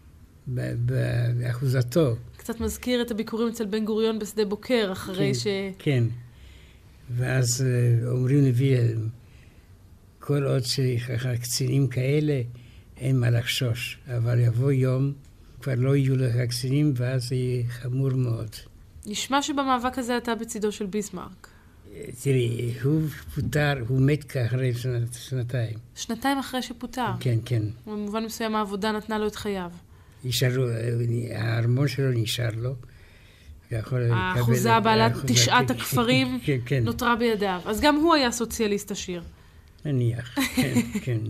Speaker 3: באחוזתו.
Speaker 2: קצת מזכיר את הביקורים אצל בן גוריון בשדה בוקר, אחרי
Speaker 3: כן,
Speaker 2: ש...
Speaker 3: כן. ואז אומרים לוילהלם, כל עוד שקצינים כאלה, אין מה לחשוש. אבל יבוא יום, כבר לא יהיו לך קצינים, ואז זה יהיה חמור מאוד.
Speaker 2: נשמע שבמאבק הזה אתה בצידו של ביסמרק.
Speaker 3: תראי, הוא פוטר, הוא מת כאחרי שנת, שנתיים.
Speaker 2: שנתיים אחרי שפוטר.
Speaker 3: כן, כן.
Speaker 2: במובן מסוים העבודה נתנה לו את חייו.
Speaker 3: נשארו, הארמון שלו נשאר לו.
Speaker 2: האחוזה בעלת תשעת הכפרים
Speaker 3: כן, כן.
Speaker 2: נותרה בידיו. אז גם הוא היה סוציאליסט עשיר.
Speaker 3: נניח, כן, כן.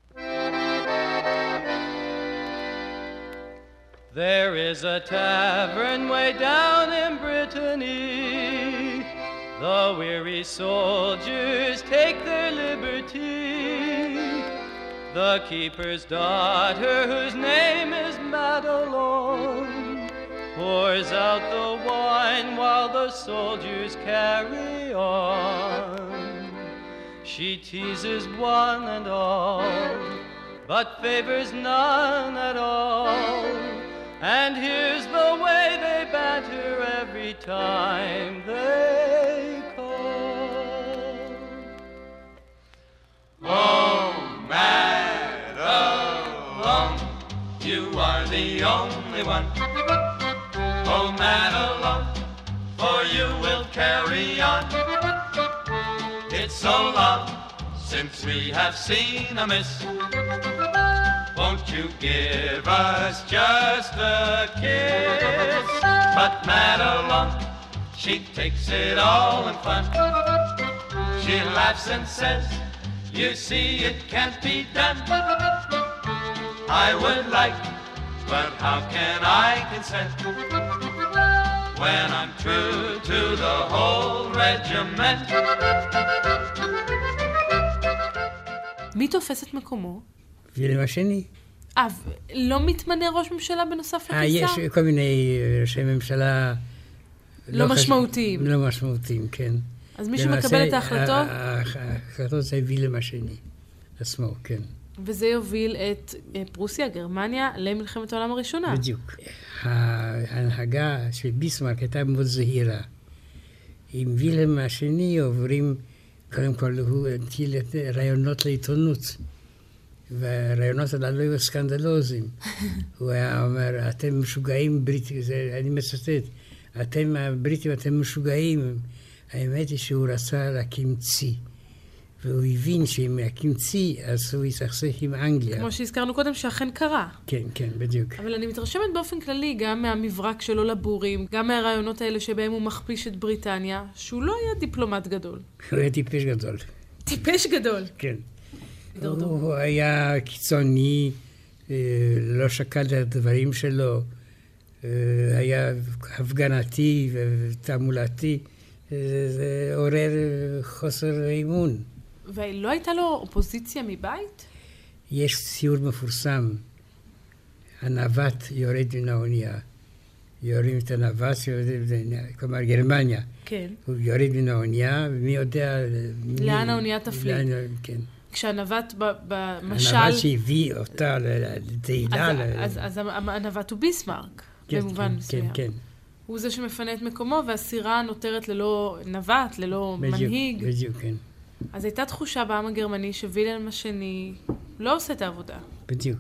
Speaker 5: There is a tavern way down in Brittany. The weary soldiers take their liberty. The keeper's daughter, whose name is Madelon, pours out the wine while the soldiers carry on. She teases one and all, but favors none at all. And here's the way they banter every time they call.
Speaker 6: Oh, Madelon, you are the only one. Oh, Madelon, for you will carry on. It's so long since we have seen a miss. Won't you give us just a kiss? But Madelon, she takes it all in fun. She laughs and says, you see it can't be done. I would like, but how can I consent? When I'm true to the whole regiment.
Speaker 2: מי תופס את מקומו?
Speaker 3: וילהלם השני.
Speaker 2: אה, לא מתמנה ראש ממשלה בנוסף לקיסר?
Speaker 3: אה, יש כל מיני ראשי ממשלה...
Speaker 2: לא משמעותיים.
Speaker 3: לא משמעותיים, כן.
Speaker 2: אז מי שמקבל את ההחלטות?
Speaker 3: ההחלטות זה וילהלם השני עצמו, כן.
Speaker 2: וזה יוביל את פרוסיה, גרמניה, למלחמת העולם הראשונה.
Speaker 3: בדיוק. ההנהגה של ביסמרק הייתה מאוד זהירה. עם וילהלם השני עוברים, קודם כל, הוא הטיל את רעיונות לעיתונות. והרעיונות הללו היו סקנדלוזיים. הוא היה אומר, אתם משוגעים בריטים, אני מצטט, אתם הבריטים, אתם משוגעים. האמת היא שהוא רצה להקים צי. והוא הבין שאם להקים צי, אז הוא יסכסך עם אנגליה.
Speaker 2: כמו שהזכרנו קודם, שאכן קרה.
Speaker 3: כן, כן, בדיוק.
Speaker 2: אבל אני מתרשמת באופן כללי, גם מהמברק שלו לבורים, גם מהרעיונות האלה שבהם הוא מכפיש את בריטניה, שהוא לא היה דיפלומט גדול.
Speaker 3: הוא היה טיפש גדול.
Speaker 2: טיפש גדול.
Speaker 3: כן. הוא היה קיצוני, לא שקל את הדברים שלו, היה הפגנתי ותעמולתי, זה עורר חוסר אימון.
Speaker 2: ולא הייתה לו אופוזיציה מבית?
Speaker 3: יש ציור מפורסם, הנווט יורד מן האונייה. יורים את הנווט, כלומר גרמניה. כן. הוא יורד מן האונייה, ומי יודע...
Speaker 2: לאן האונייה תפליג?
Speaker 3: כן.
Speaker 2: כשהנווט במשל...
Speaker 3: הנווט שהביא אותה לתהילה...
Speaker 2: אז הנווט הוא ביסמרק, במובן מסוים.
Speaker 3: כן, כן.
Speaker 2: הוא זה שמפנה את מקומו, והסירה נותרת ללא נווט, ללא מנהיג.
Speaker 3: בדיוק, כן.
Speaker 2: אז הייתה תחושה בעם הגרמני שווילהלם השני לא עושה את העבודה.
Speaker 3: בדיוק.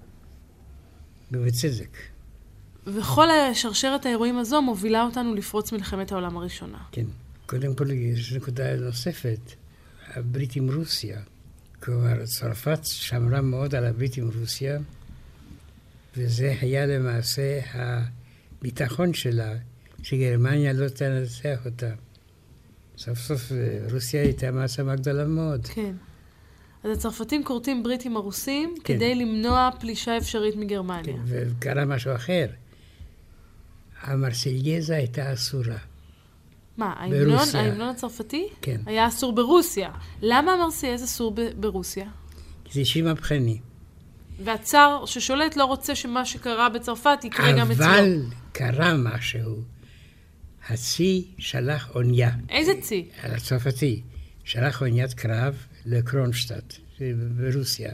Speaker 3: ובצדק.
Speaker 2: וכל השרשרת האירועים הזו מובילה אותנו לפרוץ מלחמת העולם הראשונה.
Speaker 3: כן. קודם כל יש נקודה נוספת. הברית עם רוסיה. כלומר, צרפת שמרה מאוד על הברית עם רוסיה, וזה היה למעשה הביטחון שלה, שגרמניה לא תנצח אותה. סוף סוף רוסיה הייתה מעצמה גדולה מאוד.
Speaker 2: כן. אז הצרפתים כורתים ברית עם הרוסים
Speaker 3: כן.
Speaker 2: כדי למנוע פלישה אפשרית מגרמניה.
Speaker 3: כן, וקרה משהו אחר. המרסלייזה הייתה אסורה.
Speaker 2: מה, ההמנון,
Speaker 3: ברוסיה.
Speaker 2: ההמנון הצרפתי?
Speaker 3: כן.
Speaker 2: היה אסור ברוסיה. למה המרסיילז אסור ב- ברוסיה?
Speaker 3: כי זה שיר מהפכני.
Speaker 2: והצאר ששולט לא רוצה שמה שקרה בצרפת יקרה גם אצלו.
Speaker 3: אבל קרה משהו. הצי שלח אונייה.
Speaker 2: איזה צי?
Speaker 3: הצרפתי. שלח אוניית קרב לקרונשטאט, ברוסיה.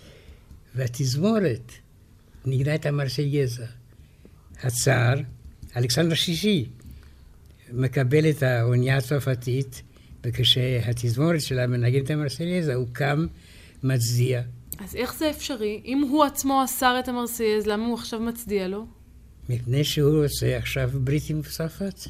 Speaker 3: והתזמורת נגנה את המרסלייזה. הצאר, אלכסנדר השישי, מקבל את האונייה הצרפתית, וכשהתזמורת שלה מנגנת את המרסלייזה, הוא קם, מצדיע.
Speaker 2: אז איך זה אפשרי? אם הוא עצמו אסר את המרסיילז, למה הוא עכשיו מצדיע לו?
Speaker 3: מפני שהוא עושה עכשיו ברית עם צרפת.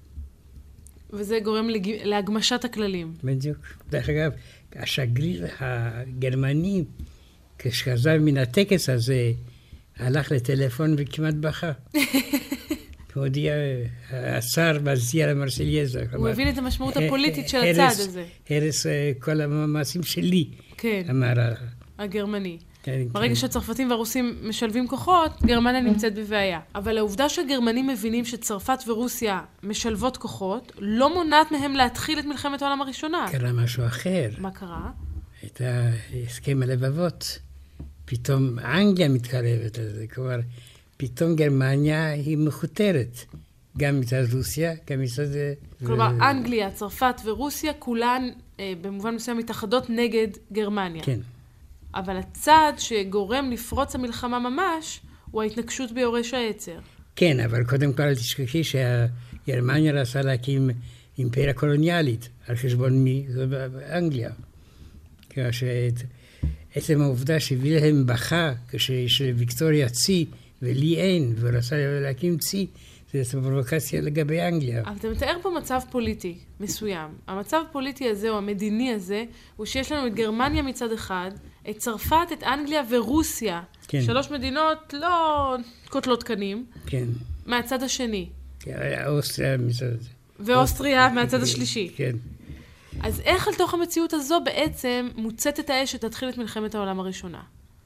Speaker 2: וזה גורם לג... להגמשת הכללים.
Speaker 3: בדיוק. דרך אגב, השגריר הגרמני, כשחזר מן הטקס הזה, הלך לטלפון וכמעט בכה. הוא הודיע, השר מצדיע למרסלייזה.
Speaker 2: הוא הבין את המשמעות הפוליטית של הצעד הזה.
Speaker 3: הרס כל המעשים שלי,
Speaker 2: כן,
Speaker 3: אמר
Speaker 2: הגרמני.
Speaker 3: כן,
Speaker 2: ברגע
Speaker 3: כן.
Speaker 2: שהצרפתים והרוסים משלבים כוחות, גרמניה נמצאת בבעיה. אבל העובדה שהגרמנים מבינים שצרפת ורוסיה משלבות כוחות, לא מונעת מהם להתחיל את מלחמת העולם הראשונה.
Speaker 3: קרה משהו אחר.
Speaker 2: מה קרה?
Speaker 3: הייתה הסכם הלבבות. פתאום אנגליה מתקרבת לזה. כלומר, פתאום גרמניה היא מחותרת. גם מצד רוסיה, גם מצד...
Speaker 2: כלומר,
Speaker 3: ו...
Speaker 2: אנגליה, צרפת ורוסיה, כולן אה, במובן מסוים מתאחדות נגד גרמניה.
Speaker 3: כן.
Speaker 2: אבל הצעד שגורם לפרוץ המלחמה ממש, הוא ההתנגשות ביורש העצר.
Speaker 3: כן, אבל קודם כל תשכחי שגרמניה רצה להקים אימפריה קולוניאלית, על חשבון מי? זו אנגליה. כיוון שעצם העובדה שווילהלם בכה כשיש ויקטוריה צי ולי אין, ורצה להקים צי, זה פרובוקציה לגבי אנגליה.
Speaker 2: אבל אתה מתאר פה מצב פוליטי מסוים. המצב הפוליטי הזה, או המדיני הזה, הוא שיש לנו את גרמניה מצד אחד, את צרפת, את אנגליה ורוסיה.
Speaker 3: כן.
Speaker 2: שלוש מדינות לא קוטלות קנים.
Speaker 3: כן.
Speaker 2: מהצד השני.
Speaker 3: כן, אוסטריה מצד...
Speaker 2: ואוסטריה מהצד השלישי.
Speaker 3: כן.
Speaker 2: אז איך על תוך המציאות הזו בעצם מוצאת האש שתתחיל את מלחמת העולם הראשונה?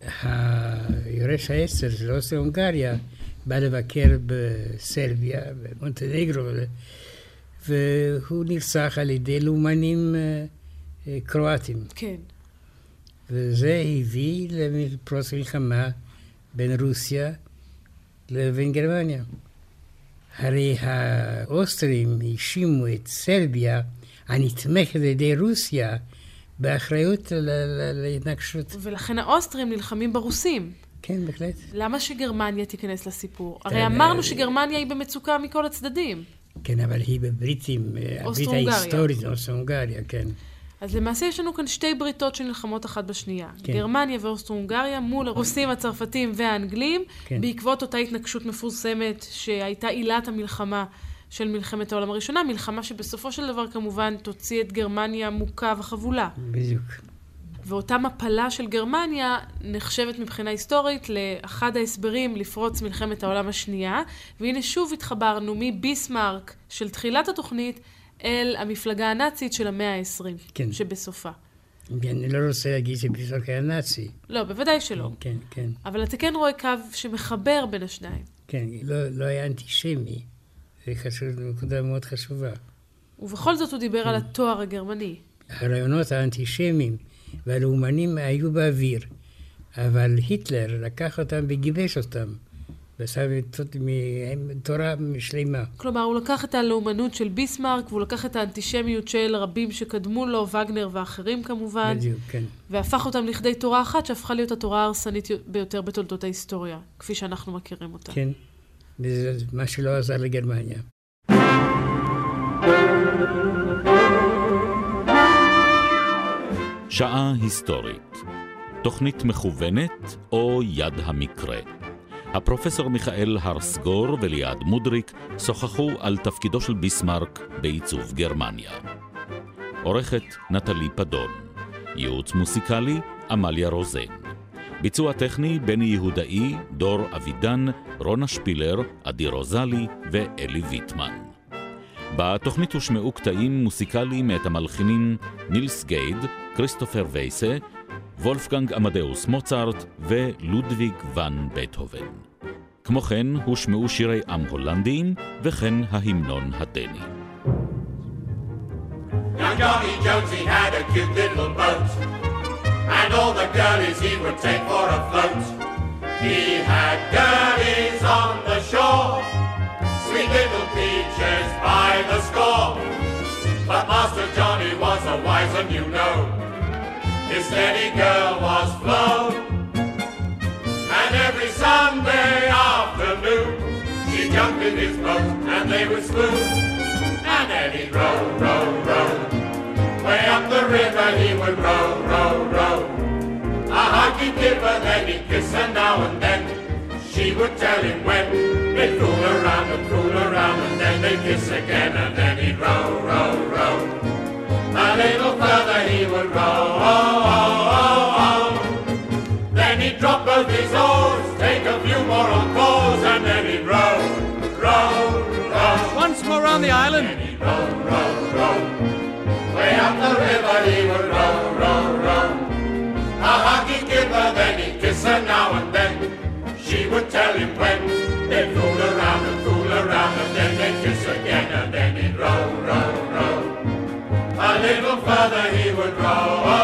Speaker 3: היורש העצר של אוסטריה-הונגריה בא לבקר בסרביה, במונטנגרו, והוא נרצח על ידי לאומנים קרואטים.
Speaker 2: כן.
Speaker 3: וזה הביא לפרוץ מלחמה בין רוסיה לבין גרמניה. הרי האוסטרים האשימו את סרביה, הנתמכת על ידי רוסיה, באחריות להתנגשות.
Speaker 2: ולכן האוסטרים נלחמים ברוסים.
Speaker 3: כן, בהחלט.
Speaker 2: למה שגרמניה תיכנס לסיפור? הרי אמרנו שגרמניה היא במצוקה מכל הצדדים.
Speaker 3: כן, אבל היא בברית עם הברית ההיסטורית, אוסטרו-הונגריה, כן.
Speaker 2: אז למעשה יש לנו כאן שתי בריתות שנלחמות אחת בשנייה.
Speaker 3: כן.
Speaker 2: גרמניה ואוסטרו-הונגריה מול הרוסים, הצרפתים והאנגלים,
Speaker 3: כן.
Speaker 2: בעקבות אותה התנגשות מפורסמת שהייתה עילת המלחמה של מלחמת העולם הראשונה, מלחמה שבסופו של דבר כמובן תוציא את גרמניה מוכה וחבולה.
Speaker 3: בדיוק.
Speaker 2: ואותה מפלה של גרמניה נחשבת מבחינה היסטורית לאחד ההסברים לפרוץ מלחמת העולם השנייה, והנה שוב התחברנו מביסמרק של תחילת התוכנית אל המפלגה הנאצית של המאה העשרים,
Speaker 3: כן.
Speaker 2: שבסופה.
Speaker 3: אני לא רוצה להגיד שביסמרק היה נאצי.
Speaker 2: לא, בוודאי שלא.
Speaker 3: כן, כן.
Speaker 2: אבל אתה כן רואה קו שמחבר בין השניים.
Speaker 3: כן, לא, לא היה אנטישמי. זה חשוב, נקודה מאוד חשובה.
Speaker 2: ובכל זאת הוא דיבר
Speaker 3: כן.
Speaker 2: על התואר הגרמני.
Speaker 3: הרעיונות האנטישמיים והלאומנים היו באוויר, אבל היטלר לקח אותם וגיבש אותם, ועשה תורה שלמה.
Speaker 2: כלומר, הוא לקח את הלאומנות של ביסמרק, והוא לקח את האנטישמיות של רבים שקדמו לו, וגנר ואחרים כמובן,
Speaker 3: בדיוק, כן.
Speaker 2: והפך אותם לכדי תורה אחת, שהפכה להיות התורה ההרסנית ביותר בתולדות ההיסטוריה, כפי שאנחנו מכירים אותה.
Speaker 3: כן, וזה מה שלא עזר לגרמניה.
Speaker 1: שעה היסטורית, תוכנית מכוונת או יד המקרה. הפרופסור מיכאל הרסגור וליעד מודריק שוחחו על תפקידו של ביסמרק בעיצוב גרמניה. עורכת נטלי פדון, ייעוץ מוסיקלי עמליה רוזן, ביצוע טכני בני יהודאי, דור אבידן, רונה שפילר, עדי רוזלי ואלי ויטמן. בתוכנית הושמעו קטעים מוסיקליים מאת המלחינים נילס גייד, כריסטופר וייסה, וולפגנג עמדאוס מוצרט ולודוויג ון בטהובן. כמו כן הושמעו שירי עם הולנדיים וכן ההמנון הדני.
Speaker 6: Now Johnny Jones, he had a cute little boat, and all the girlies he would take for a float. He had girlies on the shore, sweet little peaches by the score. But Master Johnny was a wise one, you know. His steady girl was Flo, and every Sunday afternoon she'd jump in his boat and they would spoon. And then he'd row, row, row, way up the river he would row, row, row. A hug he'd give her, then he'd kiss her now and then. She would tell him when. They'd fool around and fool around and then they'd kiss again. And then he'd row, row, row. A little further he would row, oh, oh, oh, oh. Then he'd drop both his oars, take a few more on fours, and then he'd row, row, row.
Speaker 7: Once more round the island.
Speaker 6: Then he'd row, row, row. Way up the river he would row, row, row. A hug he'd give her, then he'd kiss her now and then. She would tell him when. They'd fool around and fool around and then they'd kiss again. And then he'd row, row, row. A little further he would row.